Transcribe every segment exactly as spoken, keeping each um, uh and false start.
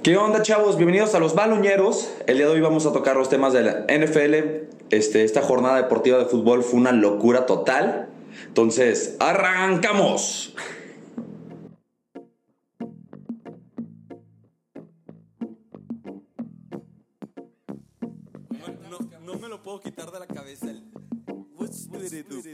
¿Qué onda, chavos? Bienvenidos a Los Baloñeros. El día de hoy vamos a tocar los temas de la N F L. Este, esta jornada deportiva de fútbol fue una locura total. Entonces, ¡arrancamos! No, no, no me lo puedo quitar de la cabeza. El... What's with it, do?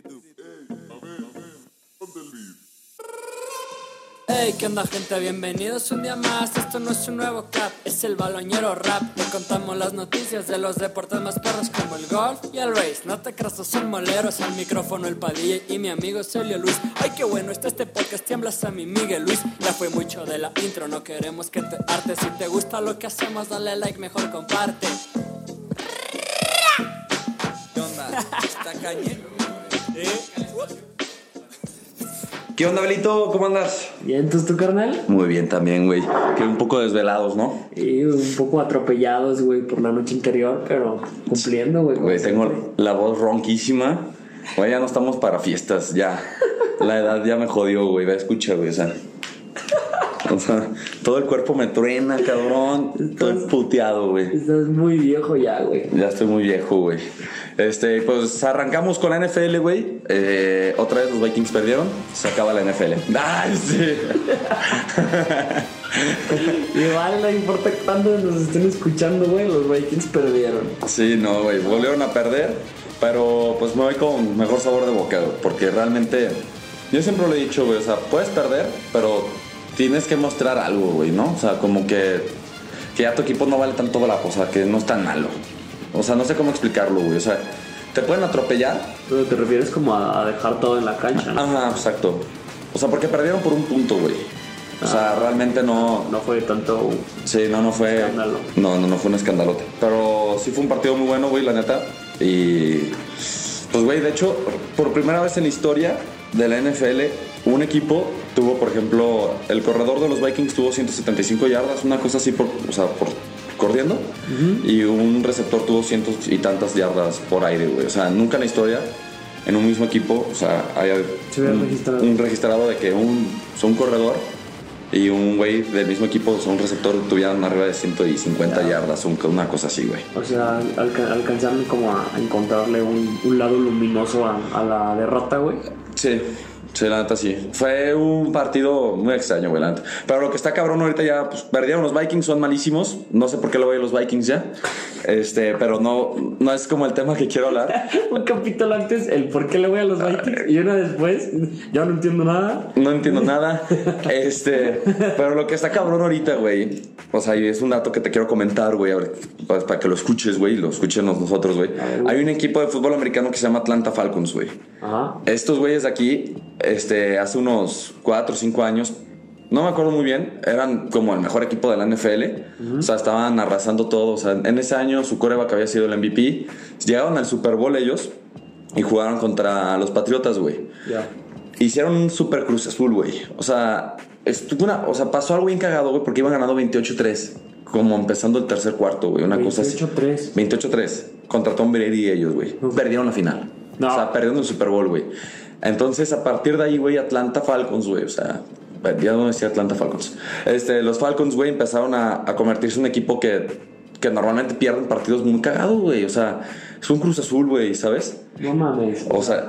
Hey, ¿qué onda, gente? Bienvenidos un día más. Esto no es un nuevo cap, es el Baloñero Rap. Te contamos las noticias de los deportes más perros como el golf y el race. No te creas, son moleros. Al micrófono el Padilla y mi amigo Celio Luis. Ay, qué bueno está este podcast, tiemblas a mi Miguel Luis. Ya fue mucho de la intro, no queremos que te hartes. Si te gusta lo que hacemos, dale like, mejor comparte. ¿Qué onda? ¿Está cañe? ¿Eh? ¿Qué onda, Belito? ¿Cómo andas? Bien, ¿tú, tu carnal? Muy bien también, güey. Que un poco desvelados, ¿no? Y un poco atropellados, güey, por la noche anterior, pero cumpliendo, güey. Güey, tengo la voz ronquísima. Güey, ya no estamos para fiestas, ya. La edad ya me jodió, güey. Ve, escucha, güey, o sea... O sea, todo el cuerpo me truena, cabrón. Estoy puteado, güey. Estás muy viejo ya, güey. Ya estoy muy viejo, güey. Este, pues arrancamos con la N F L, güey. Eh, otra vez los Vikings perdieron. Se acaba la N F L. ¡Ay, sí! Igual no importa cuándo nos estén escuchando, güey. Los Vikings perdieron. Sí, no, güey. Volvieron a perder. Pero pues me voy con mejor sabor de boca, güey. Porque realmente, yo siempre lo he dicho, güey. O sea, puedes perder, pero tienes que mostrar algo, güey, ¿no? O sea, como que, que ya tu equipo no vale tanto la cosa, que no es tan malo. O sea, no sé cómo explicarlo, güey. O sea, te pueden atropellar. Pero te refieres como a dejar todo en la cancha, ¿no? Ajá, exacto. O sea, porque perdieron por un punto, güey. O sea, realmente no... No fue tanto... Sí, no, no fue... escándalo. No, no, no fue un escandalote. Pero sí fue un partido muy bueno, güey, la neta. Y... Pues, güey, de hecho, por primera vez en la historia de la N F L, un equipo tuvo, por ejemplo, el corredor de los Vikings tuvo ciento setenta y cinco yardas, una cosa así por... O sea, por... corriendo, uh-huh. Y un receptor tuvo cientos y tantas yardas por aire, güey. O sea, nunca en la historia, en un mismo equipo, o sea, haya un, registrado. un registrado de que un, o sea, un corredor y un güey del mismo equipo, o sea, un receptor, tuvieran arriba de ciento cincuenta yeah. yardas, un, una cosa así, güey. O sea, alca- alcanzaron como a encontrarle un, un lado luminoso a, a la derrota, güey. Sí. Sí, la neta sí. Fue un partido muy extraño, güey, la neta. Pero lo que está cabrón ahorita ya, pues perdieron los Vikings, son malísimos. No sé por qué lo voy a los Vikings ya. Este, pero no, no es como el tema que quiero hablar. Un capítulo antes, el por qué le voy a los Vikings. Y uno después, ya no entiendo nada. No entiendo nada. Este, pero lo que está cabrón ahorita, güey. O sea, y es un dato que te quiero comentar, güey, para, para que lo escuches, güey, y lo escuchemos nosotros, güey. Hay un equipo de fútbol americano que se llama Atlanta Falcons, güey. Ajá. Estos güeyes de aquí, este, hace unos cuatro o cinco años, no me acuerdo muy bien, eran como el mejor equipo de la N F L. Uh-huh. O sea, estaban arrasando todo. O sea, en ese año su quarterback había sido el M V P. Llegaron al Super Bowl ellos y jugaron contra los Patriotas, güey. Yeah. Hicieron un Super Cruz Azul, güey. O sea, estuvo una, o sea, pasó algo bien cagado, güey, porque iban ganando veintiocho tres. Como empezando el tercer cuarto, güey. Una cosa así. veintiocho tres. veintiocho tres. Contra Tom Brady y ellos, güey. Uh-huh. Perdieron la final. No. O sea, perdieron el Super Bowl, güey. Entonces, a partir de ahí, güey, Atlanta Falcons, güey. O sea, ya no decía Atlanta Falcons. Este, los Falcons, güey, empezaron a, a convertirse en un equipo que, que normalmente pierden partidos muy cagados, güey. O sea, es un Cruz Azul, güey, ¿sabes? No mames. O sea,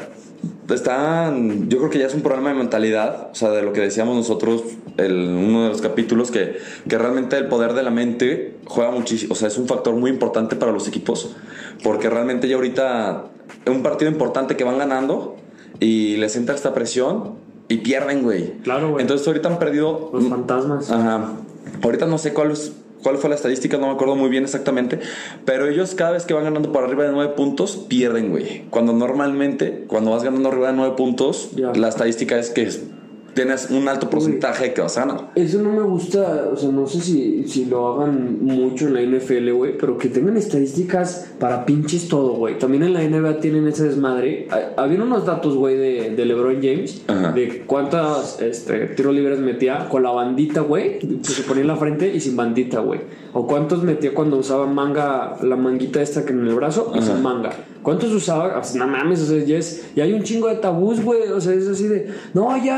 están... Yo creo que ya es un problema de mentalidad. O sea, de lo que decíamos nosotros en uno de los capítulos, que, que realmente el poder de la mente juega muchísimo. O sea, es un factor muy importante para los equipos. Porque realmente ya ahorita un partido importante que van ganando y les entra esta presión y pierden, güey. Claro, güey. Entonces ahorita han perdido... Los fantasmas. Ajá. Ahorita no sé cuál es, cuál fue la estadística, no me acuerdo muy bien exactamente, pero ellos cada vez que van ganando por arriba de nueve puntos, pierden, güey. Cuando normalmente, cuando vas ganando arriba de nueve puntos, ya. La estadística es que tienes un alto porcentaje de que vas a ganar. Eso no me gusta, o sea, no sé si, si lo hagan mucho en la N F L, güey, pero que tengan estadísticas para pinches todo, güey. También en la N B A tienen ese desmadre. Había unos datos, güey, de, de LeBron James, ajá, de cuántas este, tiros libres metía con la bandita, güey, que se ponía en la frente y sin bandita, güey. O cuántos metía cuando usaba manga, la manguita esta que en el brazo, y sin manga. ¿Cuántos usaba? O sea, no mames, o sea, ya, es, ya hay un chingo de tabús, güey. O sea, es así de, no, ya, este,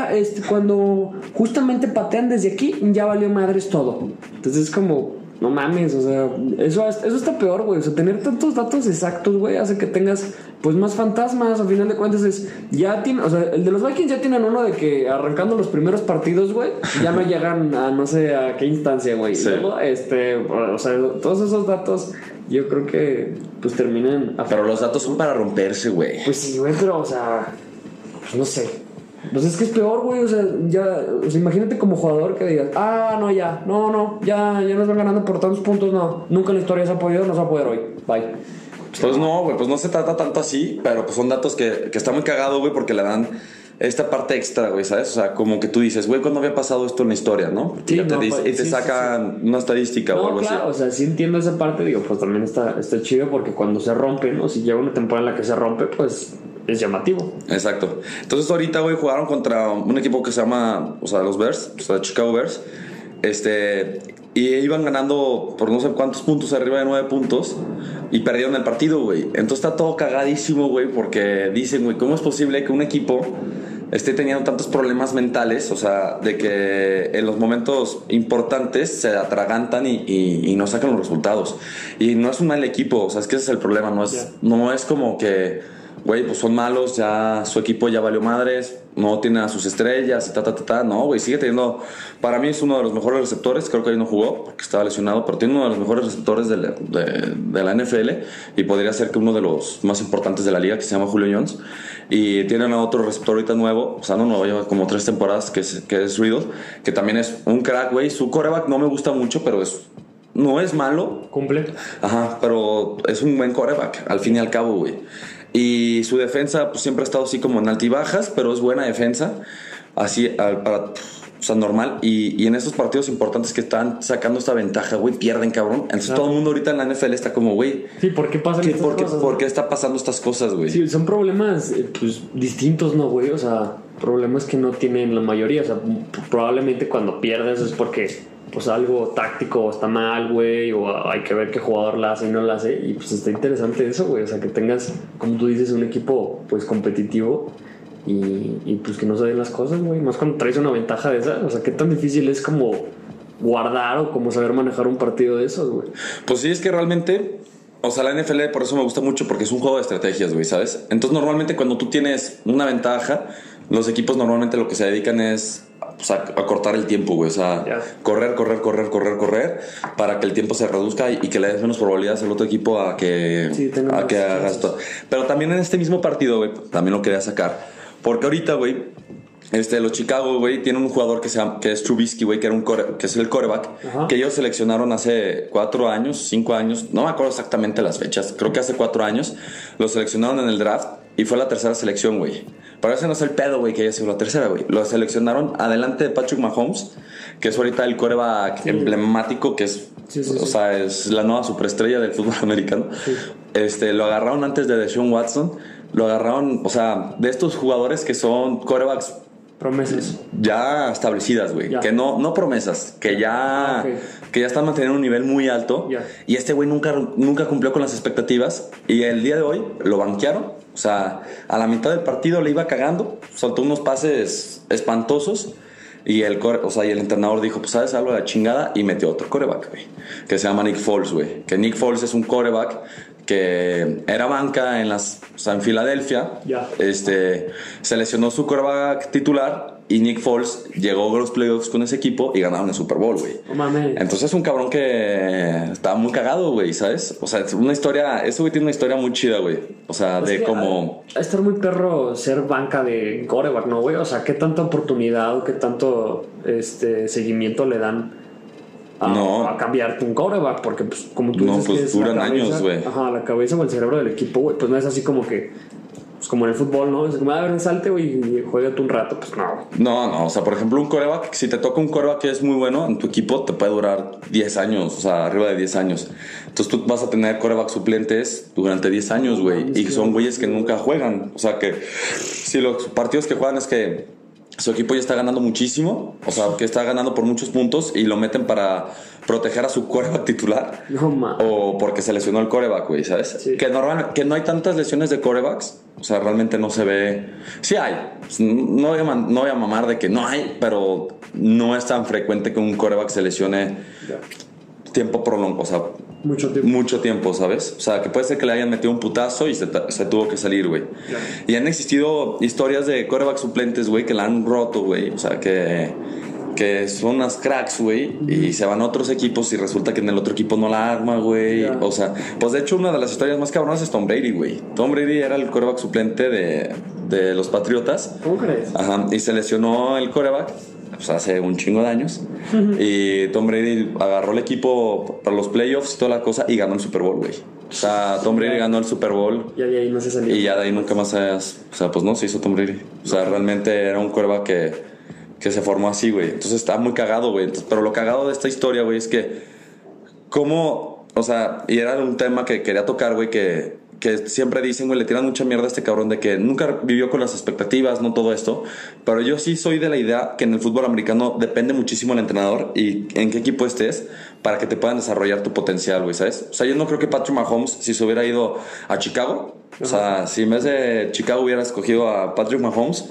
cuando justamente patean desde aquí, ya valió madres todo. Entonces es como, no mames, o sea, eso, eso está peor, güey. O sea, tener tantos datos exactos, güey, hace que tengas pues más fantasmas. Al final de cuentas es, ya tiene, o sea, el de los Vikings ya tienen uno de que arrancando los primeros partidos, güey, ya no llegan a no sé a qué instancia, güey. Sí. Luego, este, o sea, todos esos datos yo creo que pues terminan. Pero los datos son para romperse, güey. Pues sí, güey, pero, o sea, pues no sé. Pues es que es peor, güey, o sea, ya, o sea, imagínate como jugador que digas, ah, no, ya, no, no, ya, ya nos van ganando por tantos puntos, no, nunca en la historia se ha podido, no se va a poder hoy, bye. Pues no, güey, pues no se trata tanto así, pero pues son datos que, que está muy cagado, güey, porque le dan esta parte extra, güey, ¿sabes? O sea, como que tú dices, güey, ¿cuándo había pasado esto en la historia, no? Sí, y ya te, no, dice- pues, y te sí, sacan sí, sí. una estadística No, o algo claro, así. o sea, sí entiendo esa parte, digo, pues también está, está chido porque cuando se rompe, ¿no? Si lleva una temporada en la que se rompe, pues es llamativo. Exacto. Entonces ahorita, güey, jugaron contra un equipo que se llama, o sea, los Bears, o sea, Chicago Bears. Este, y iban ganando por no sé cuántos puntos, arriba de nueve puntos, y perdieron el partido, güey. Entonces está todo cagadísimo, güey, porque dicen, güey, ¿cómo es posible que un equipo esté teniendo tantos problemas mentales? O sea, de que en los momentos importantes se atragantan y, y, y no sacan los resultados. Y no es un mal equipo, o sea, es que ese es el problema. No es, Yeah. no es como que, güey, pues son malos, ya su equipo ya valió madres, no tiene a sus estrellas y ta, ta, ta, ta. No, güey, sigue teniendo. Para mí es uno de los mejores receptores. Creo que ahí no jugó porque estaba lesionado, pero tiene uno de los mejores receptores de la, de, de la N F L y podría ser que uno de los más importantes de la liga, que se llama Julio Jones. Y tienen a otro receptor ahorita nuevo, o sea, no, no, lleva como tres temporadas, que es, que es Riddle, que también es un crack, güey. Su quarterback no me gusta mucho, pero es. No es malo. Cumple. Ajá, pero es un buen quarterback, al fin y al cabo, güey. Y su defensa, pues siempre ha estado así como en altibajas, pero es buena defensa. Así, al- para, o sea, normal. Y, y en esos partidos importantes que están sacando esta ventaja, güey, pierden, cabrón. Entonces Claro. todo el mundo ahorita en la N F L está como, güey, Sí, ¿por qué pasan ¿qué- estas ¿por, qué, cosas? por qué está pasando estas cosas, güey? Sí, son problemas eh, pues distintos, ¿no, güey? O sea, problemas que no tienen la mayoría. O sea, m- probablemente cuando pierdes es porque pues algo táctico está mal, güey, o hay que ver qué jugador la hace y no la hace. Y pues está interesante eso, güey. O sea, que tengas, como tú dices, un equipo pues competitivo y, y pues que no se den las cosas, güey. Más cuando traes una ventaja de esa. O sea, qué tan difícil es como guardar o como saber manejar un partido de esos, güey. Pues sí, es que realmente, o sea, la N F L por eso me gusta mucho, porque es un juego de estrategias, güey, ¿sabes? Entonces normalmente cuando tú tienes una ventaja, los equipos normalmente lo que se dedican es pues, a, a cortar el tiempo, güey, o sea, Ya. correr, correr, correr, correr, correr, para que el tiempo se reduzca y, y que le des menos probabilidades al otro equipo a que, Sí, tenga a más que haga chances. esto. Pero también en este mismo partido, güey, también lo quería sacar, porque ahorita, güey, este, los Chicago, güey, tienen un jugador que, se llama, que es Trubisky, güey, que, era un core- que es el quarterback, Ajá. que ellos seleccionaron hace cuatro años, cinco años, no me acuerdo exactamente las fechas, creo que hace cuatro años, lo seleccionaron en el draft y fue la tercera selección, güey. Pero ese no es el pedo, güey, que haya sido la tercera, güey. Lo seleccionaron adelante de Patrick Mahomes, que es ahorita el quarterback Sí. emblemático, que es, Sí, sí, o sí. sea, es la nueva superestrella del fútbol americano. Sí. Este, lo agarraron antes de Deshaun Watson, lo agarraron, o sea, de estos jugadores que son quarterbacks Promesas. ya establecidas, güey. Ya. Que no, no promesas, que ya, Ah, ok. que ya están manteniendo un nivel muy alto. Ya. Y este güey nunca, nunca cumplió con las expectativas. Y el día de hoy lo banquearon. O sea, a la mitad del partido le iba cagando, soltó unos pases espantosos. Y el, core- o sea, y el entrenador dijo, pues sabes algo de la chingada, y metió otro coreback, güey, que se llama Nick Foles, güey. Que Nick Foles es un coreback que era banca en las, o sea, en Filadelfia. Ya. Este, se lesionó su coreback titular y Nick Foles llegó a los playoffs con ese equipo y ganaron el Super Bowl, güey. No mames. Entonces es un cabrón que estaba muy cagado, güey, ¿sabes? O sea, es una historia, ese güey tiene una historia muy chida, güey. O sea, Es de que como... a, a estar muy perro ser banca de coreback, ¿no, güey? O sea, ¿qué tanta oportunidad o qué tanto este, seguimiento le dan a, No. a cambiarte un coreback? Porque, pues, como tú No, dices, pues, que es la duran cabeza- años, güey. Ajá, la cabeza o el cerebro del equipo, güey. Pues no es así como que, pues como en el fútbol, ¿no? Es como, a ver, salte, güey, y juégate un rato. Pues no. No, no, o sea, por ejemplo, un coreback, si te toca un coreback que es muy bueno, en tu equipo te puede durar diez años, o sea, arriba de diez años. Entonces tú vas a tener coreback suplentes durante diez años, güey. Y son güeyes que nunca juegan. O sea, que si los partidos que juegan es que su equipo ya está ganando muchísimo, o sea, que está ganando por muchos puntos y lo meten para proteger a su quarterback titular. No, ma. O porque se lesionó el quarterback, güey, ¿sabes? Sí. Que, normal, que no hay tantas lesiones de quarterbacks, o sea, realmente no se ve. Sí hay, no voy a, man, no voy a mamar de que no hay, pero no es tan frecuente que un quarterback se lesione Ya. tiempo prolongado, o sea, Mucho tiempo. mucho tiempo, ¿sabes? O sea, que puede ser que le hayan metido un putazo y se, se tuvo que salir, güey. Claro. Y han existido historias de quarterback suplentes, güey, que la han roto, güey. O sea, que, que son unas cracks, güey, uh-huh. y se van a otros equipos y resulta que en el otro equipo no la arma, güey. Yeah. O sea, pues de hecho una de las historias más cabronas es Tom Brady, güey. Tom Brady era el quarterback suplente de, de los Patriotas. ¿Cómo crees? Ajá, y se lesionó el quarterback. Pues hace un chingo de años. Uh-huh. Y Tom Brady agarró el equipo para los playoffs y toda la cosa y ganó el Super Bowl, güey. O sea, Tom Brady ganó el Super Bowl. Ya de ahí no se salió. Y ya de ahí nunca más se... O sea, pues no se hizo Tom Brady. O sea, realmente era un quarterback que, que se formó así, güey. Entonces está muy cagado, güey. Pero lo cagado de esta historia, güey, es que... ¿Cómo...? O sea, y era un tema que quería tocar, güey, que... que siempre dicen, güey, le tiran mucha mierda a este cabrón de que nunca vivió con las expectativas, no todo esto. Pero yo sí soy de la idea que en el fútbol americano depende muchísimo el entrenador y en qué equipo estés para que te puedan desarrollar tu potencial, güey, ¿sabes? O sea, yo no creo que Patrick Mahomes, si se hubiera ido a Chicago, uh-huh. o sea, si en vez de Chicago hubiera escogido a Patrick Mahomes,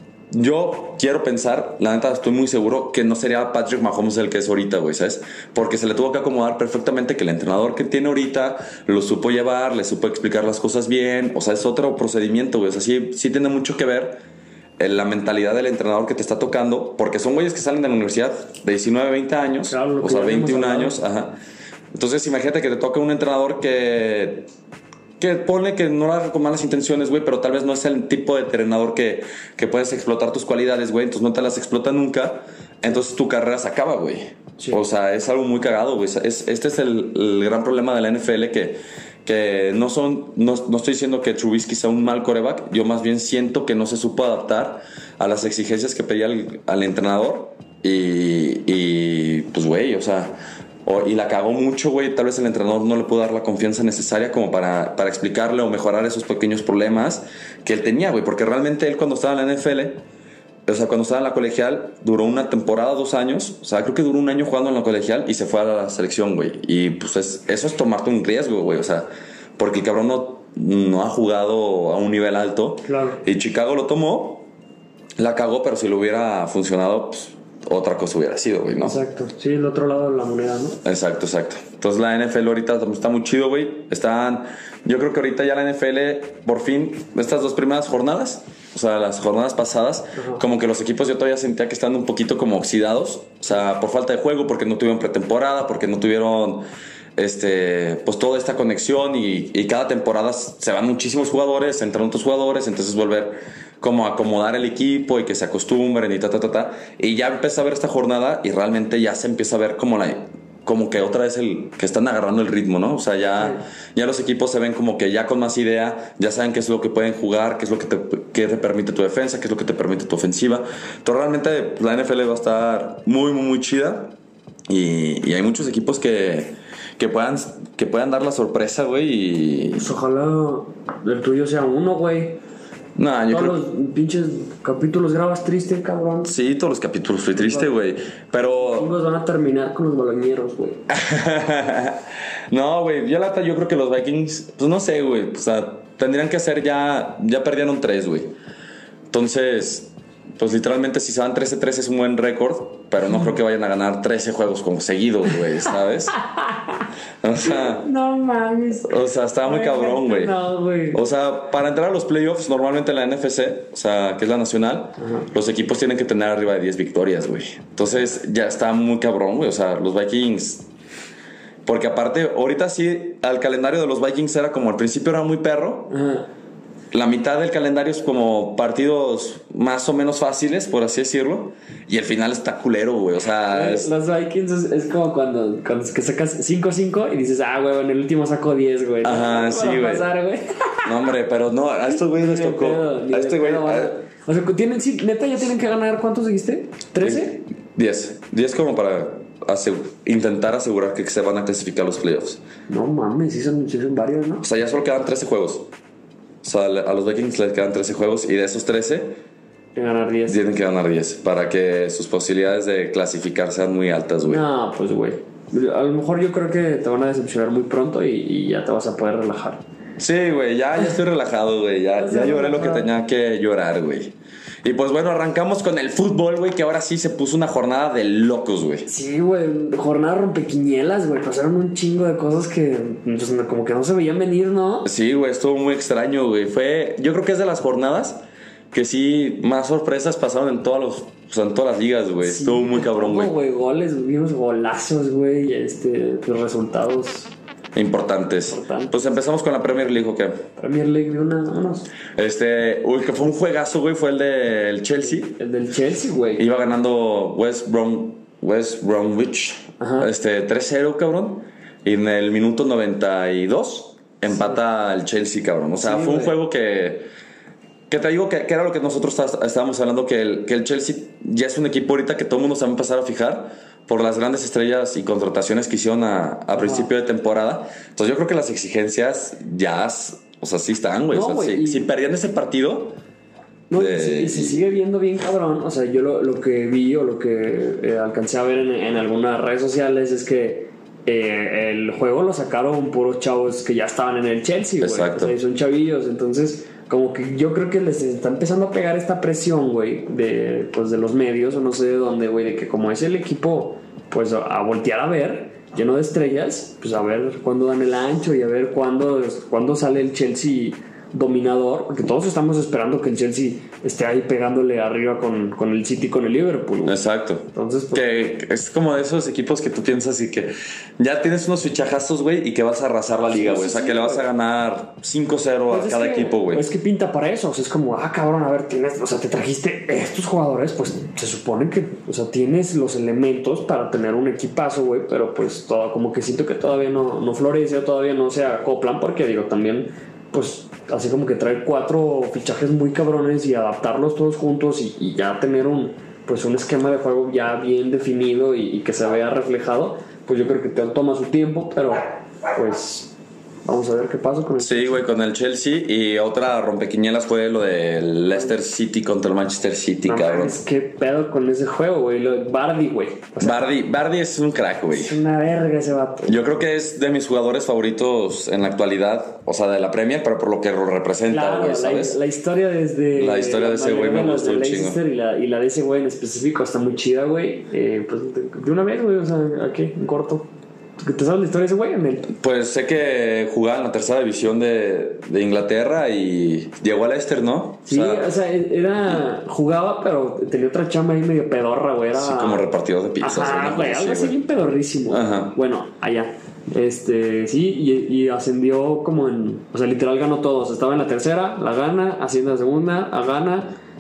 yo quiero pensar, la neta estoy muy seguro que no sería Patrick Mahomes el que es ahorita, güey, ¿sabes? Porque se le tuvo que acomodar perfectamente que el entrenador que tiene ahorita lo supo llevar, le supo explicar las cosas bien, o sea, es otro procedimiento, güey, o sea, sí, sí tiene mucho que ver en la mentalidad del entrenador que te está tocando, porque son güeyes que salen de la universidad de diecinueve, veinte años, claro, o sea, veintiún años, ajá. Entonces, imagínate que te toca un entrenador que... que pone que no lo haga con malas intenciones, güey, pero tal vez no es el tipo de entrenador que, que puedes explotar tus cualidades, güey, entonces no te las explota nunca, entonces tu carrera se acaba, güey. Sí. O sea, es algo muy cagado, güey. Es, este es el, el gran problema de la N F L, que, que no son, no, no estoy diciendo que Trubisky sea un mal quarterback, yo más bien siento que no se supo adaptar a las exigencias que pedía el, al entrenador y, y pues, güey, o sea... O, y la cagó mucho, güey. Tal vez el entrenador no le pudo dar la confianza necesaria como para, para explicarle o mejorar esos pequeños problemas que él tenía, güey. Porque realmente él cuando estaba en la N F L, o sea, cuando estaba en la colegial, duró una temporada, dos años. O sea, creo que duró un año jugando en la colegial y se fue a la selección, güey. Y pues es, eso es tomarte un riesgo, güey. O sea, porque el cabrón no, no ha jugado a un nivel alto. Claro. Y Chicago lo tomó, la cagó, pero si lo hubiera funcionado, pues... otra cosa hubiera sido, güey, ¿no? Exacto. Sí, el otro lado de la moneda, ¿no? Exacto, exacto. Entonces la N F L ahorita está muy chido, güey. Están... Yo creo que ahorita ya la N F L, por fin, estas dos primeras jornadas, o sea, las jornadas pasadas, uh-huh. como que los equipos yo todavía sentía que están un poquito como oxidados. O sea, por falta de juego, porque no tuvieron pretemporada, porque no tuvieron... Este, pues toda esta conexión y, y cada temporada se van muchísimos jugadores, entran otros jugadores, entonces volver como a acomodar el equipo y que se acostumbren y ta, ta, ta, ta. Y ya empieza a ver esta jornada y realmente ya se empieza a ver como la... como que otra vez el que están agarrando el ritmo, ¿no? O sea, ya, sí. ya los equipos se ven como que ya con más idea, ya saben qué es lo que pueden jugar, qué es lo que te, qué te permite tu defensa, qué es lo que te permite tu ofensiva. Entonces realmente la N F L va a estar muy, muy, muy chida y, y hay muchos equipos que... Que puedan, que puedan dar la sorpresa, güey. Y... Pues ojalá el tuyo sea uno, güey. Nah, yo todos creo... los pinches capítulos grabas triste, cabrón. Sí, todos los capítulos fui triste, güey. Pero... Los van a terminar con los baloñeros, güey. No, güey. Yo, la yo creo que los Vikings... Pues no sé, güey. O sea, tendrían que hacer ya... Ya perdieron tres, güey. Entonces... Pues literalmente si se van trece trece es un buen récord, pero no creo que vayan a ganar trece juegos como seguidos, güey, ¿sabes? O sea... No mames. O sea, estaba muy cabrón, güey. No, güey. O sea, para entrar a los playoffs, normalmente en la N F C, o sea, que es la nacional, uh-huh. los equipos tienen que tener arriba de diez victorias, güey. Entonces ya está muy cabrón, güey. O sea, los Vikings... Porque aparte, ahorita sí, al calendario de los Vikings era como al principio era muy perro. Uh-huh. La mitad del calendario es como partidos más o menos fáciles, por así decirlo. Y el final está culero, güey. O sea, es... los Vikings es, es como cuando, cuando que sacas cinco cinco y dices, ah, güey, en el último saco diez, güey. Ajá, sí, güey. No, hombre, pero no, a estos güeyes les tocó. A este güey. A... O sea, tienen, sí, neta, ya tienen que ganar, ¿cuántos dijiste? ¿trece? diez. diez como para asegu- intentar asegurar que se van a clasificar los playoffs. No mames, sí son, sí son varios, ¿no? O sea, ya solo quedan trece juegos. O sea, a los Vikings les quedan trece juegos y de esos trece De ganar diez. Tienen que ganar diez para que sus posibilidades de clasificar sean muy altas, güey. No, pues, güey. A lo mejor yo creo que te van a decepcionar muy pronto y, y ya te vas a poder relajar. Sí, güey, ya, ya estoy relajado, güey. Ya, ya lloré lo que tenía que llorar, güey. Y pues bueno, arrancamos con el fútbol, güey, que ahora sí se puso una jornada de locos, güey. Sí, güey, jornada rompequinielas, güey. Pasaron un chingo de cosas que pues, como que no se veían venir, ¿no? Sí, güey, estuvo muy extraño, güey. Fue, yo creo que es de las jornadas que sí más sorpresas pasaron en todos los, o sea, en todas las ligas, güey. Sí, estuvo muy cabrón, güey. güey, goles, vimos golazos, güey, este, los resultados importantes. Importante. Pues empezamos con la Premier League, ¿o qué? Premier League de una, unos. Este, uy, que fue un juegazo, güey, fue el del Chelsea. El del Chelsea, güey. Iba ganando West Brom, West Bromwich, Ajá. este, tres cero, cabrón. Y en el minuto noventa y dos empata sí. el Chelsea, cabrón. O sea, sí, fue un güey. juego que, que te digo que, que era lo que nosotros estábamos hablando, que el, que el Chelsea ya es un equipo ahorita que todo el mundo se va a empezar a fijar por las grandes estrellas y contrataciones que hicieron a, a principio de temporada. Entonces yo creo que las exigencias ya, o sea, sí están, güey. No, o sea, si, y... si perdían ese partido... No, de... y, se, y se sigue viendo bien cabrón. O sea, yo lo, lo que vi o lo que eh, alcancé a ver en, en algunas redes sociales es que eh, el juego lo sacaron puros chavos que ya estaban en el Chelsea, güey. Exacto. O sea, son chavillos, entonces... Como que yo creo que les está empezando a pegar esta presión, güey, de, pues de los medios o no sé de dónde, güey, de que como es el equipo, pues a, a voltear a ver, lleno de estrellas, pues a ver cuándo dan el ancho y a ver cuándo, cuándo sale el Chelsea dominador, porque todos estamos esperando que el Chelsea esté ahí pegándole arriba con, con el City, con el Liverpool, güey. Exacto. Entonces, pues, que es como de esos equipos que tú piensas y que ya tienes unos fichajazos, güey, y que vas a arrasar la liga, güey. Sí, sí, o sea, sí, que le vas a ganar cinco cero pues a cada que, equipo, güey. Es que pinta para eso. O sea, es como, ah, cabrón, a ver, tienes, o sea, te trajiste estos jugadores, pues se supone que, o sea, tienes los elementos para tener un equipazo, güey, pero pues todo, como que siento que todavía no, no florece o todavía no se acoplan, porque digo, también, pues, así como que traer cuatro fichajes muy cabrones y adaptarlos todos juntos y, y ya tener un, pues, un esquema de juego ya bien definido y, y que se vea reflejado, pues yo creo que te toma su tiempo, pero pues vamos a ver qué pasa con el Sí, güey, con el Chelsea. Y otra rompequinielas fue lo del Leicester City contra el Manchester City, no, cabrón. Es que pedo con ese juego, güey. Lo de Vardy, güey. O sea, Vardy, Vardy es un crack, güey. Es una verga ese vato. Yo creo que es de mis jugadores favoritos en la actualidad, o sea, de la Premier, pero por lo que lo representa, claro, güey, la, ¿sabes? La historia desde... La historia de ese güey me gustó un chingo. Y la, y la de ese güey en específico está muy chida, güey. Eh, pues de, de una vez, güey, o sea, aquí, en corto. ¿Te sabes la historia de ese güey, Emil? Pues sé que jugaba en la tercera división de, de Inglaterra y llegó a Leicester, ¿no? Sí, o sea, o sea, era... Jugaba, pero tenía otra chamba ahí medio pedorra, güey. Era... Sí, como repartidor de pizzas. Ajá, güey, algo así bien pedorrísimo. Ajá. Bueno, allá. Este, sí, y, y ascendió como en... O sea, literal ganó todos. Estaba en la tercera, la gana, asciende a la segunda, la gana...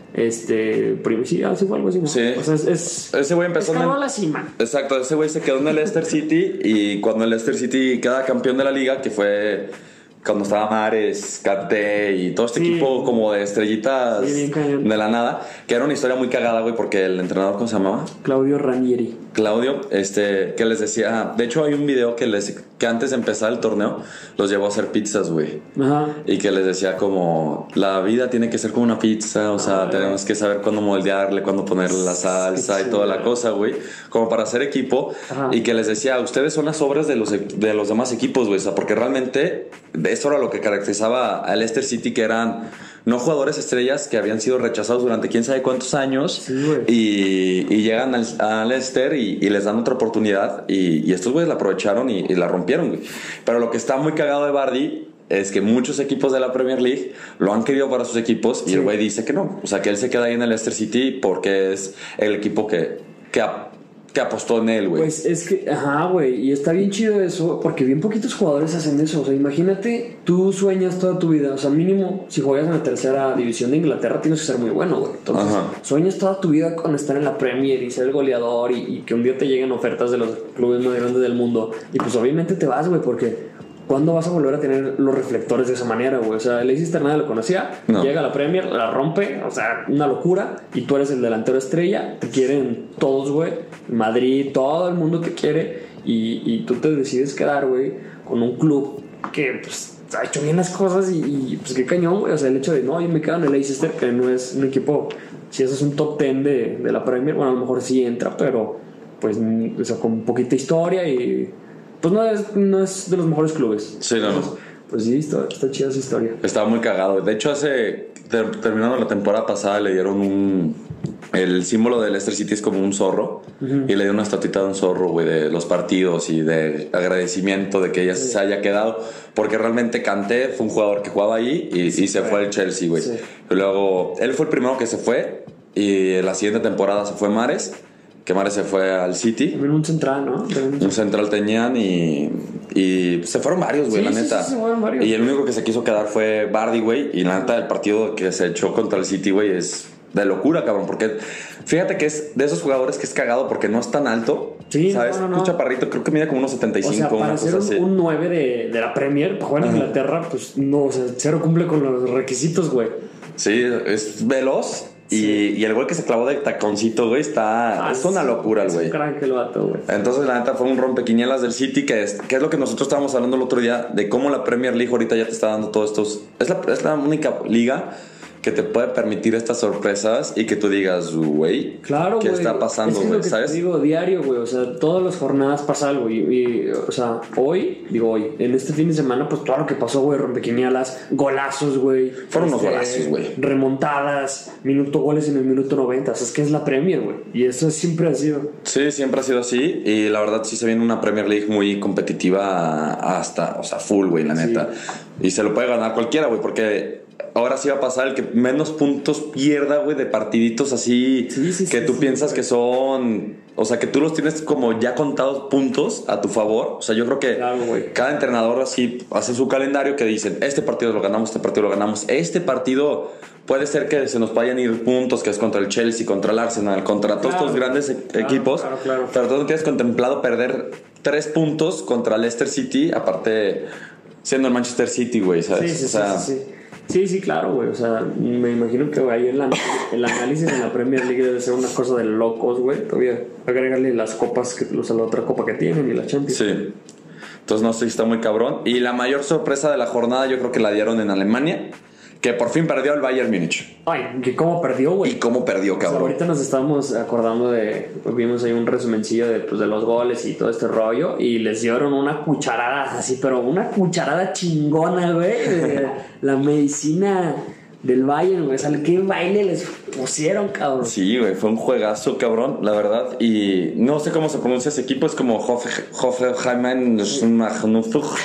Este, sí, así fue algo así, ¿no? Sí. O sea, es, es ese güey empezó en el, a la cima. Exacto, ese güey se quedó en el Leicester City y cuando el Leicester City queda campeón de la liga, que fue cuando estaba Mahrez, Kanté y todo este sí. equipo como de estrellitas sí, de la nada, que era una historia muy cagada, güey, porque el entrenador, ¿cómo se llamaba? Claudio Ranieri. Claudio, este, que les decía, de hecho hay un video que les que antes de empezar el torneo los llevó a hacer pizzas, güey. Ajá. Y que les decía como la vida tiene que ser como una pizza, o sea, ah, tenemos que saber cuándo moldearle, cuándo ponerle la salsa sí, y toda sí, la cosa, güey, como para hacer equipo. Ajá. Y que les decía, ustedes son las obras de los de los demás equipos, güey, o sea, porque realmente eso era lo que caracterizaba al Leicester City, que eran no jugadores estrellas que habían sido rechazados durante quién sabe cuántos años sí, y, y llegan al, al Leicester y, y les dan otra oportunidad y, y estos güeyes la aprovecharon y, y la rompieron, güey. Pero lo que está muy cagado de Vardy es que muchos equipos de la Premier League lo han querido para sus equipos y sí. el güey dice que no, o sea, que él se queda ahí en el Leicester City porque es el equipo que, que ha que apostó en él, güey. Pues es que, ajá, güey, y está bien chido eso, porque bien poquitos jugadores hacen eso. O sea, imagínate, tú sueñas toda tu vida, o sea, mínimo, si juegas en la tercera división de Inglaterra, tienes que ser muy bueno, güey. Entonces, ajá. sueñas toda tu vida con estar en la Premier y ser el goleador y, y que un día te lleguen ofertas de los clubes más grandes del mundo. Y pues obviamente te vas, güey, porque ¿cuándo vas a volver a tener los reflectores de esa manera, güey? O sea, Leicester nadie lo conocía, no. llega a la Premier, la rompe, o sea, una locura, y tú eres el delantero estrella, te quieren todos, güey, Madrid, todo el mundo te quiere, y, y tú te decides quedar, güey, con un club que, pues, ha hecho bien las cosas y, y pues qué cañón, güey. O sea, el hecho de, no, yo me quedo en el Leicester, que no es un equipo, si eso es un top diez de, de la Premier, bueno, a lo mejor sí entra, pero pues, o sea, con poquita historia y pues no es, no es de los mejores clubes. Sí, no, Entonces, no. Pues sí, está, está chida esa historia. Estaba muy cagado. De hecho, hace ter- terminando la temporada pasada le dieron un... El símbolo de Leicester City es como un zorro. Uh-huh. Y le dieron una estatuita de un zorro, güey, de los partidos y de agradecimiento de que ella sí. se haya quedado. Porque realmente Kanté fue un jugador que jugaba ahí y, sí, y se fue al Chelsea, güey. Sí. Y luego, él fue el primero que se fue. Y la siguiente temporada se fue Mahrez. Que Mahrez se fue al City. También un central, ¿no? Un, un central tenían y... Y se fueron varios, güey, sí, la neta. Sí, sí, se fueron varios. Y el único que se quiso quedar fue Vardy, güey. Y la neta, el partido que se echó contra el City, güey, es de locura, cabrón. Porque fíjate que es de esos jugadores que es cagado porque no es tan alto. Sí, ¿sabes? no, no, no. Un chaparrito, creo que mide como unos setenta y cinco. O sea, para una ser cosa un, así. un nueve de, de la Premier, para jugar en Inglaterra, pues no, o sea, cero cumple con los requisitos, güey. Sí, es veloz. Sí. Y, y el güey que se clavó de taconcito, güey, está... Ah, es una locura el güey. Es un crack el vato, güey. Entonces, la neta, fue un rompequinielas del City, que es, que es lo que nosotros estábamos hablando el otro día, de cómo la Premier League ahorita ya te está dando todos estos... Es la, es la única liga que te puede permitir estas sorpresas y que tú digas, güey, claro, ¿qué wey. está pasando, güey? Es que ¿sabes? Te digo, diario, güey, o sea, todas las jornadas pasa algo y, y, o sea, hoy, digo hoy, en este fin de semana, pues todo lo que pasó, güey, rompequinielas, golazos, güey. Fueron este, unos golazos, güey. Remontadas, minuto goles en el minuto noventa, o sea, es que es la Premier, güey, y eso siempre ha sido. Sí, siempre ha sido así y la verdad sí se viene una Premier League muy competitiva hasta, o sea, full, güey, la neta. Sí. Y se lo puede ganar cualquiera, güey, porque... Ahora sí va a pasar el que menos puntos pierda, güey, de partiditos así sí, sí, que sí, tú sí, piensas sí. que son... O sea, que tú los tienes como ya contados puntos a tu favor. O sea, yo creo que claro, cada entrenador así hace su calendario que dicen, este partido lo ganamos, este partido lo ganamos. Este partido puede ser que se nos vayan a ir puntos, que es contra el Chelsea, contra el Arsenal, contra todos claro, estos grandes claro, equipos. Claro, claro. Pero tú no tienes contemplado perder tres puntos contra Leicester City, aparte siendo el Manchester City, güey, ¿sabes? Sí, sí, o sea, sí, sí, sí. Sí, sí, claro, güey. O sea, me imagino que ahí el, el análisis en la Premier League debe ser una cosa de locos, güey. Todavía agregarle las copas, que, o sea, la otra copa que tienen y la Champions. Sí. Entonces, no sé si está muy cabrón. Y la mayor sorpresa de la jornada, yo creo que la dieron en Alemania, que por fin perdió el Bayern Múnich. Ay, que cómo perdió, güey. Y cómo perdió, cabrón. O sea, ahorita nos estamos acordando de... Vimos ahí un resumencillo de, pues, de los goles y todo este rollo. Y les dieron una cucharada así, pero una cucharada chingona, güey. La medicina del Bayern, güey. O sea, qué baile les pusieron, cabrón. Sí, güey. Fue un juegazo, cabrón, la verdad. Y no sé cómo se pronuncia ese equipo. Es como Hoffenheim Schmagnufug.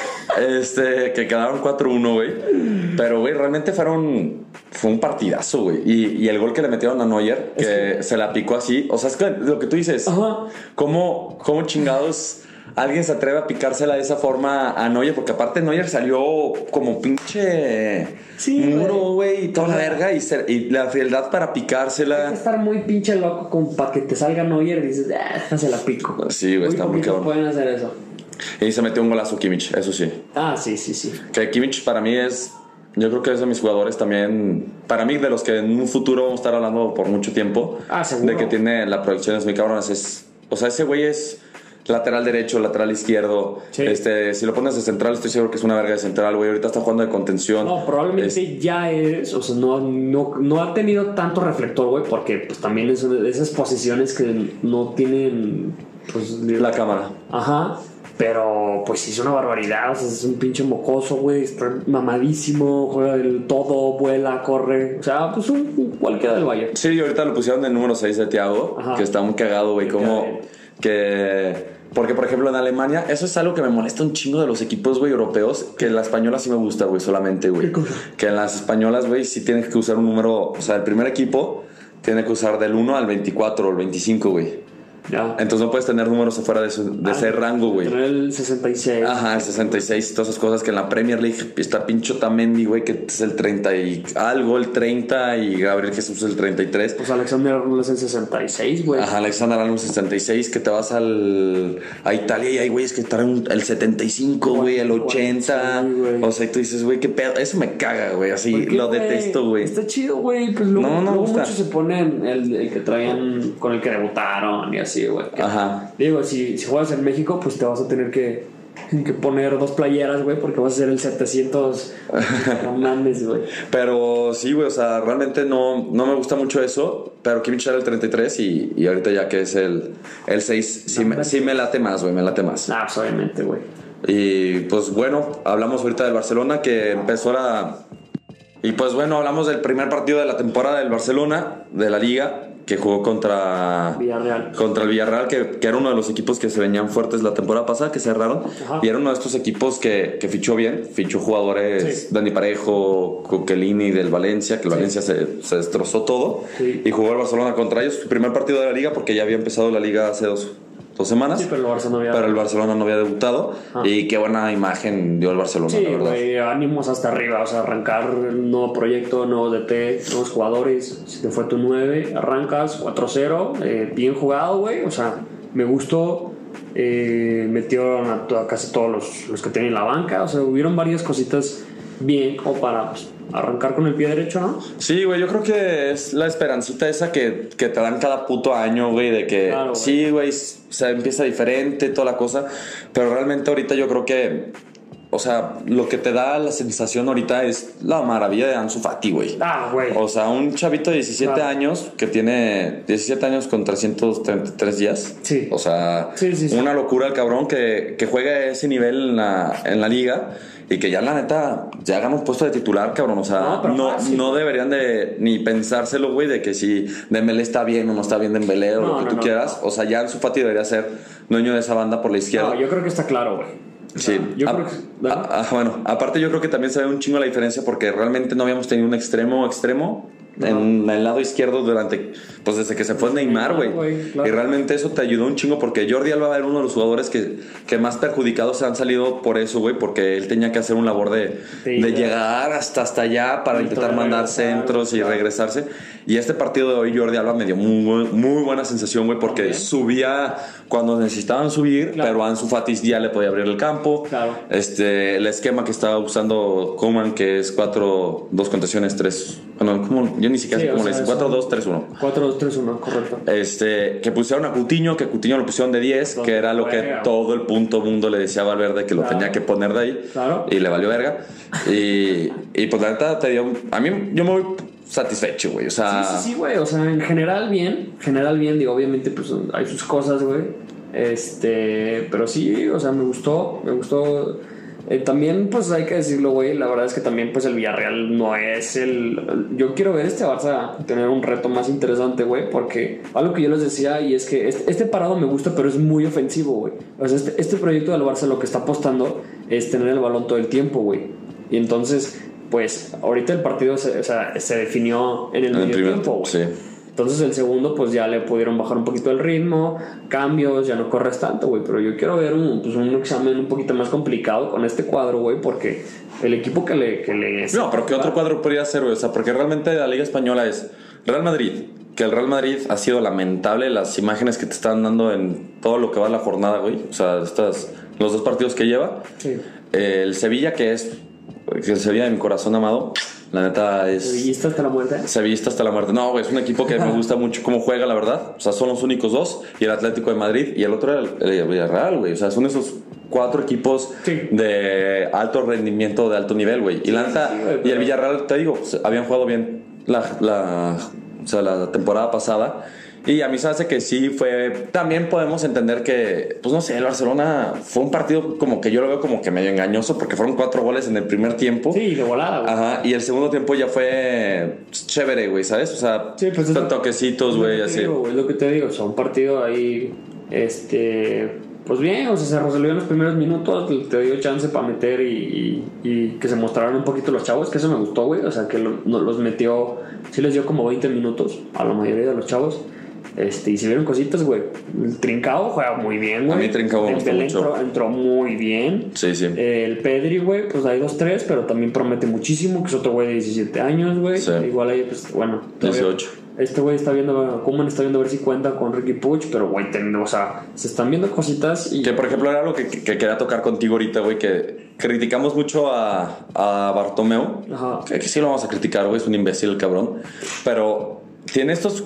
Este, que quedaron cuatro uno, güey. Pero, güey, realmente fueron... Fue un partidazo, güey. Y, y el gol que le metieron a Neuer, que, que se la picó así. O sea, es que lo que tú dices. Ajá. ¿Cómo, cómo chingados alguien se atreve a picársela de esa forma a Neuer? Porque aparte Neuer salió como pinche sí, muro, güey, y toda la verga. Y, se, y la frialdad para picársela. Hay que estar muy pinche loco como para que te salga Neuer y dices, ah, se la pico. Sí, güey, está muy cabrón. Pueden hacer eso. Y se metió un golazo Kimmich, eso sí. Ah, sí, sí, sí. Que Kimmich para mí es... Yo creo que es de mis jugadores también... Para mí, de los que en un futuro vamos a estar hablando por mucho tiempo. Ah, seguro. De que tiene la proyección es muy cabrón. Es, o sea, ese güey es lateral derecho, lateral izquierdo. Sí. Este, si lo pones de central, estoy seguro que es una verga de central, güey. Ahorita está jugando de contención. No, probablemente es, ya es... O sea, no, no, no ha tenido tanto reflector, güey. Porque pues también es de esas posiciones que no tienen... Pues, la cámara. Ajá. Pero pues hizo una barbaridad, o sea, es un pinche mocoso, güey, está mamadísimo, juega del todo, vuela, corre, o sea, pues un, un cualquiera del Bayern. Sí, y ahorita lo pusieron de número seis de Thiago, ajá, que está muy cagado, güey, como que... Porque, por ejemplo, en Alemania, eso es algo que me molesta un chingo de los equipos, güey, europeos, que en la española sí me gusta, güey, solamente, güey. Que en las españolas, güey, sí tienen que usar un número, o sea, el primer equipo tiene que usar del uno al veinticuatro o el veinticinco, güey. Ya. Entonces no puedes tener números afuera de, su, de ah, ese rango, güey. Tener el sesenta y seis. Ajá, el sesenta y seis y todas esas cosas que en la Premier League está pincho Tamendi, güey, que es el treinta y algo, el treinta, y Gabriel Jesús el treinta y tres. Pues Alexander Arnold es el sesenta y seis, güey. Ajá, Alexander Arnold sesenta y seis, que te vas al a Italia y hay güeyes que están el setenta y cinco, güey, el ochenta. Sí, o sea, y tú dices, güey, qué pedo. Eso me caga, güey, así qué, lo wey? detesto, güey. Está chido, güey. Pues luego, no, no luego gusta. Muchos se ponen el, el que traían con el que debutaron y así, güey. Ajá. Digo, si, si juegas en México, pues te vas a tener que que poner dos playeras, güey, porque vas a ser el setecientos Hernández, güey. Pero sí, güey, o sea, realmente no, no me gusta mucho eso. Pero Kimmich era el treinta y tres y, y ahorita ya que es el, el seis, sí, me, sí me late más, güey, me late más. Ah, pues obviamente, güey. Y pues bueno, hablamos ahorita del Barcelona que empezó la... Y pues bueno, hablamos del primer partido de la temporada del Barcelona, de la Liga, que jugó contra Villarreal. Contra el Villarreal, que, que era uno de los equipos que se venían fuertes la temporada pasada, que cerraron. Ajá. Y era uno de estos equipos que, que fichó bien. Fichó jugadores, Sí. Dani Parejo, Coquelini del Valencia, que el Sí. Valencia se, se destrozó todo. Sí. Y jugó el Barcelona contra ellos. Su primer partido de la Liga, porque ya había empezado la Liga hace dos, dos semanas. Sí, pero el Barça no había... Pero el Barcelona no había debutado. Ah. Y qué buena imagen dio el Barcelona, Sí, la verdad. güey, ánimos hasta arriba, o sea, arrancar un nuevo proyecto, nuevo D T, nuevos jugadores. Si te fue tu nueve, arrancas cuatro cero, eh, bien jugado, güey, o sea, me gustó. Eh, metieron a, to- a casi todos los, los que tenían la banca, o sea, hubieron varias cositas bien como para pues, arrancar con el pie derecho, ¿no? Sí, güey, yo creo que es la esperancita esa que, que te dan cada puto año, güey, de que Claro, güey. sí, güey, s- o sea, empieza diferente, toda la cosa, pero realmente ahorita yo creo que, o sea, lo que te da la sensación ahorita es la maravilla de Ansu Fati, güey. Ah, güey. O sea, un chavito de diecisiete Claro. años que tiene diecisiete años con trescientos treinta y tres días. Sí. O sea, Sí, sí, sí. una locura el cabrón que, que juega a ese nivel en la, en la liga y que ya la neta ya gana un puesto de titular, cabrón. O sea, No, pero no, fácil. no deberían de ni pensárselo, güey, de que si Dembélé está bien o no está bien Dembélé o No, lo que no, tú no, quieras. O sea, ya Ansu Fati debería ser dueño de esa banda por la izquierda. No, yo creo que está claro, güey. O sea, Sí, yo A- creo que... a- a- bueno, aparte yo creo que también se ve un chingo la diferencia porque realmente no habíamos tenido un extremo extremo en el lado izquierdo durante, pues desde que se fue Neymar, güey. güey, claro. Y realmente eso te ayudó un chingo porque Jordi Alba era uno de los jugadores que, que más perjudicados se han salido por eso, güey, porque él tenía que hacer un labor de, Sí, de ya. llegar hasta hasta allá para Y intentar todavía mandar regresar, centros y claro. regresarse. Y este partido de hoy Jordi Alba me dio muy, muy buena sensación, güey, porque También. subía cuando necesitaban subir, Claro. pero Ansu Fati ya le podía abrir el campo. Claro. Este, el esquema que estaba usando Koeman, que es cuatro, dos contenciones, tres. Bueno, ¿cómo? Yo ni siquiera Sí, sé o cómo le sea, dicen. cuatro, son- dos, tres, uno. cuatro dos tres uno, correcto. Este, que pusieron a Coutinho, que Coutinho lo pusieron de diez, Donde que era lo que juega. todo el punto mundo le decía a Valverde que lo Claro. tenía que poner de ahí. Claro. Y le valió verga. Y, y pues la neta te dio. A mí, yo me voy satisfecho, güey. O sea. Sí, sí, sí, güey. O sea, en general bien. En general bien, digo, obviamente, pues hay sus cosas, güey. Este, pero sí, o sea, me gustó. Me gustó. Eh, también, pues hay que decirlo, güey. La verdad es que también, pues el Villarreal no es el. Yo quiero ver este Barça tener un reto más interesante, güey. Porque algo que yo les decía, y es que este, este parado me gusta, pero es muy ofensivo, güey. O sea, este, este proyecto del Barça lo que está apostando es tener el balón todo el tiempo, güey. Y entonces, pues, ahorita el partido se, o sea, se definió en el En el medio primer tiempo, güey. sí. Entonces el segundo pues ya le pudieron bajar un poquito el ritmo, cambios, ya no corres tanto, güey. Pero yo quiero ver un, pues, un examen un poquito más complicado con este cuadro, güey, porque el equipo que le... Que le No, pero ¿qué otro cuadro podría ser, güey? O sea, porque realmente la Liga Española es Real Madrid, que el Real Madrid ha sido lamentable las imágenes que te están dando en todo lo que va la jornada, güey. O sea, estas, los dos partidos que lleva. Sí. El Sevilla, que es que el Sevilla de mi corazón amado, la neta es... ¿Sevillista hasta la muerte? Sevillista hasta la muerte. No, güey, es un equipo que me gusta mucho cómo juega, la verdad. O sea, son los únicos dos. Y el Atlético de Madrid y el otro era el, el Villarreal, güey. O sea, son esos cuatro equipos Sí. de alto rendimiento, de alto nivel, güey. Y la neta, sí, güey, y el pero- Villarreal, te digo, pues, habían jugado bien la, la, o sea, la temporada pasada. Y a mí se hace que sí fue... También podemos entender que, pues no sé, el Barcelona fue un partido como que yo lo veo como que medio engañoso porque fueron cuatro goles en el primer tiempo. Sí, de volada, güey. Ajá, y el segundo tiempo ya fue chévere, güey, ¿sabes? O sea, Sí, pues es lo- toquecitos, es lo güey, que te así. digo, güey, es lo que te digo, o sea, un partido ahí, este, pues bien, o sea, se resolvió en los primeros minutos, te dio chance para meter y, y, y que se mostraran un poquito los chavos, que eso me gustó, güey, o sea, que lo- no, los metió, sí les dio como veinte minutos a la mayoría de los chavos. Este, y si vieron cositas, güey. El Trincao juega muy bien, güey. A mí Trincao me gustó Dembélé mucho. entró, entró muy bien. Sí, sí. El Pedri, güey, pues hay dos tres, pero también promete muchísimo, que es otro güey de diecisiete años, güey. Sí. Igual ahí, pues, bueno. todavía- dieciocho. Este güey está viendo, Koeman está viendo a ver si cuenta con Ricky Puig, pero güey, ten- o sea, se están viendo cositas y... Que por ejemplo era algo que, que quería tocar contigo ahorita, güey, que criticamos mucho a, a Bartomeu. Ajá. Que, que sí lo vamos a criticar, güey, es un imbécil el cabrón. Pero tiene estos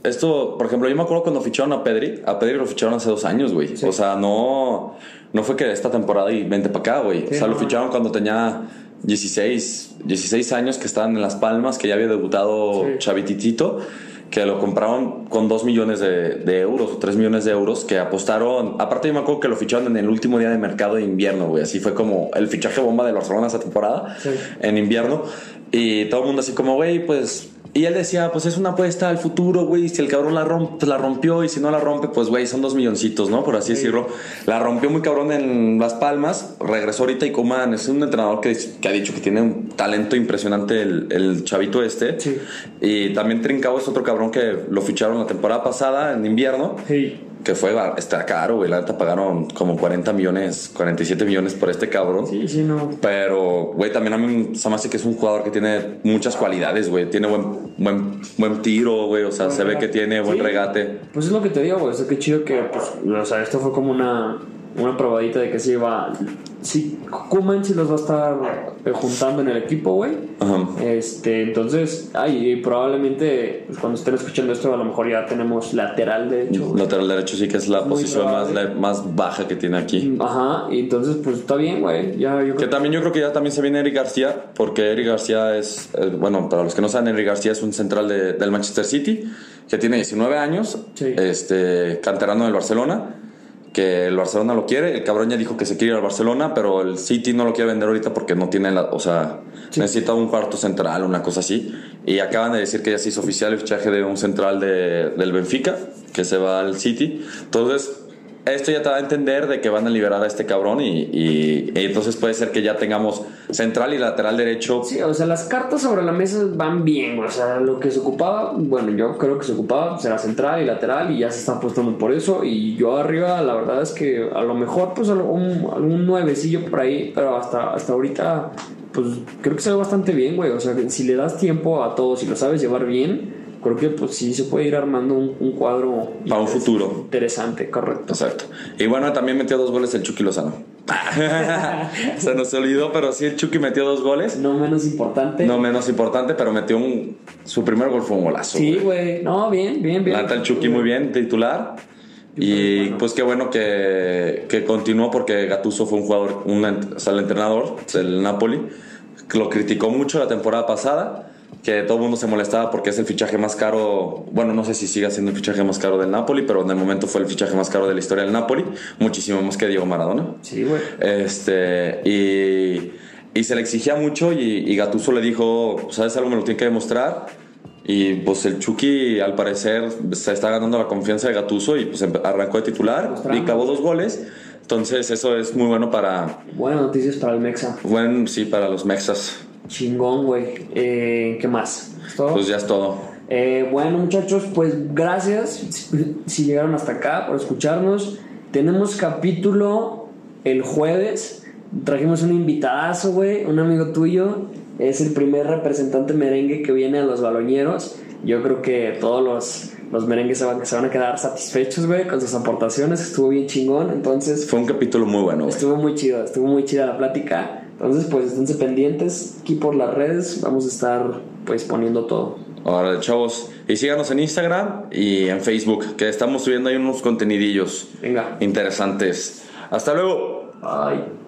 esto, por ejemplo, yo me acuerdo cuando ficharon a Pedri. A Pedri lo ficharon hace dos años, güey. Sí. O sea, no, no fue que esta temporada y vente para acá, güey. Sí, o sea, no, lo ficharon no. cuando tenía dieciséis, dieciséis años, que estaban en Las Palmas, que ya había debutado sí. Chavititito, que lo compraron con dos millones de, de euros o tres millones de euros, que apostaron. Aparte, yo me acuerdo que lo ficharon en el último día de mercado de invierno, güey. Así fue como el fichaje bomba del Barcelona esa temporada, sí. en invierno. Y todo el mundo así como, güey, pues. Y él decía, pues es una apuesta al futuro, güey. Si el cabrón la rompe, pues la rompió. Y si no la rompe, pues, güey, son dos milloncitos, ¿no? Por así sí. decirlo. La rompió muy cabrón en Las Palmas. Regresó ahorita y Koeman es un entrenador que, que ha dicho que tiene un talento impresionante el, el chavito este. Sí. Y también Trincao es otro cabrón que lo ficharon la temporada pasada, en invierno. Sí. Que fue, está caro, güey. La neta pagaron como cuarenta millones, cuarenta y siete millones por este cabrón. Sí, sí, no. Pero, güey, también a mí se me hace que es un jugador que tiene muchas cualidades, güey. Tiene buen, buen, buen tiro, güey. O sea, buen se regate. Ve que tiene buen sí. regate. Pues es lo que te digo, güey. O sea, qué chido que, pues, o sea, esto fue como una, una probadita de que sí va. Sí, Koeman sí los va a estar eh, juntando en el equipo, güey. Ajá. Este, entonces, ay, probablemente pues, cuando estén escuchando esto, a lo mejor ya tenemos lateral derecho. Güey. Lateral derecho sí que es la Muy posición más, la, más baja que tiene aquí. Ajá, y entonces, pues está bien, güey. Ya, yo creo que, que también yo creo que ya también se viene Eric García, porque Eric García es, eh, bueno, para los que no saben, Eric García es un central de, del Manchester City, que tiene diecinueve años, sí. este, canterano del Barcelona. Que el Barcelona lo quiere, el cabrón ya dijo que se quiere ir al Barcelona, pero el City no lo quiere vender ahorita porque no tiene la, o sea, sí. necesita un cuarto central, una cosa así, y acaban de decir que ya se hizo oficial el fichaje de un central de, del Benfica, que se va al City. Entonces esto ya te da a entender de que van a liberar a este cabrón y, y, y entonces puede ser que ya tengamos central y lateral derecho. Sí, o sea, las cartas sobre la mesa van bien, o sea, lo que se ocupaba, bueno, yo creo que se ocupaba será central y lateral y ya se está apostando por eso. Y yo arriba, la verdad es que a lo mejor pues algún, algún nuevecillo por ahí, pero hasta, hasta ahorita pues creo que se ve bastante bien, güey. O sea, si le das tiempo a todos y lo sabes llevar bien, creo que pues sí se puede ir armando un, un cuadro para un futuro interesante, correcto. Exacto. Y bueno, también metió dos goles el Chucky Lozano. Se nos olvidó, pero sí el Chucky metió dos goles. No menos importante. No menos importante, pero metió un su primer gol fue un golazo. Sí, güey. No, bien, bien, bien. Lata el Chucky muy bien, titular. Y pues qué bueno que, que continuó, porque Gattuso fue un jugador, un, o sea, el entrenador del Napoli, que lo criticó mucho la temporada pasada, que todo el mundo se molestaba porque es el fichaje más caro. Bueno, no sé si sigue siendo el fichaje más caro del Napoli, pero en el momento fue el fichaje más caro de la historia del Napoli, muchísimo más que Diego Maradona. Sí, güey. Este, y, y se le exigía mucho, y, y Gattuso le dijo, ¿sabes algo? Me lo tiene que demostrar. Y pues el Chucky al parecer se está ganando la confianza de Gattuso y pues arrancó de titular y clavó dos goles. Entonces eso es muy bueno para... Buenas noticias para el Mexa. Bueno, sí, para los Mexas. Chingón, güey. Eh, ¿Qué más? ¿Es todo? Pues ya es todo. Eh, bueno, muchachos, pues gracias si llegaron hasta acá por escucharnos. Tenemos capítulo el jueves. Trajimos un invitadazo, güey, un amigo tuyo. Es el primer representante merengue que viene a los baloñeros. Yo creo que todos los, los merengues se van, se van a quedar satisfechos, güey, con sus aportaciones. Estuvo bien chingón, entonces... Fue un capítulo muy bueno, güey. Estuvo muy chido, estuvo muy chida la plática. Entonces, pues, esténse pendientes aquí por las redes. Vamos a estar, pues, poniendo todo. Ahora, chavos, y síganos en Instagram y en Facebook, que estamos subiendo ahí unos contenidillos. Venga. Interesantes. Hasta luego. Bye.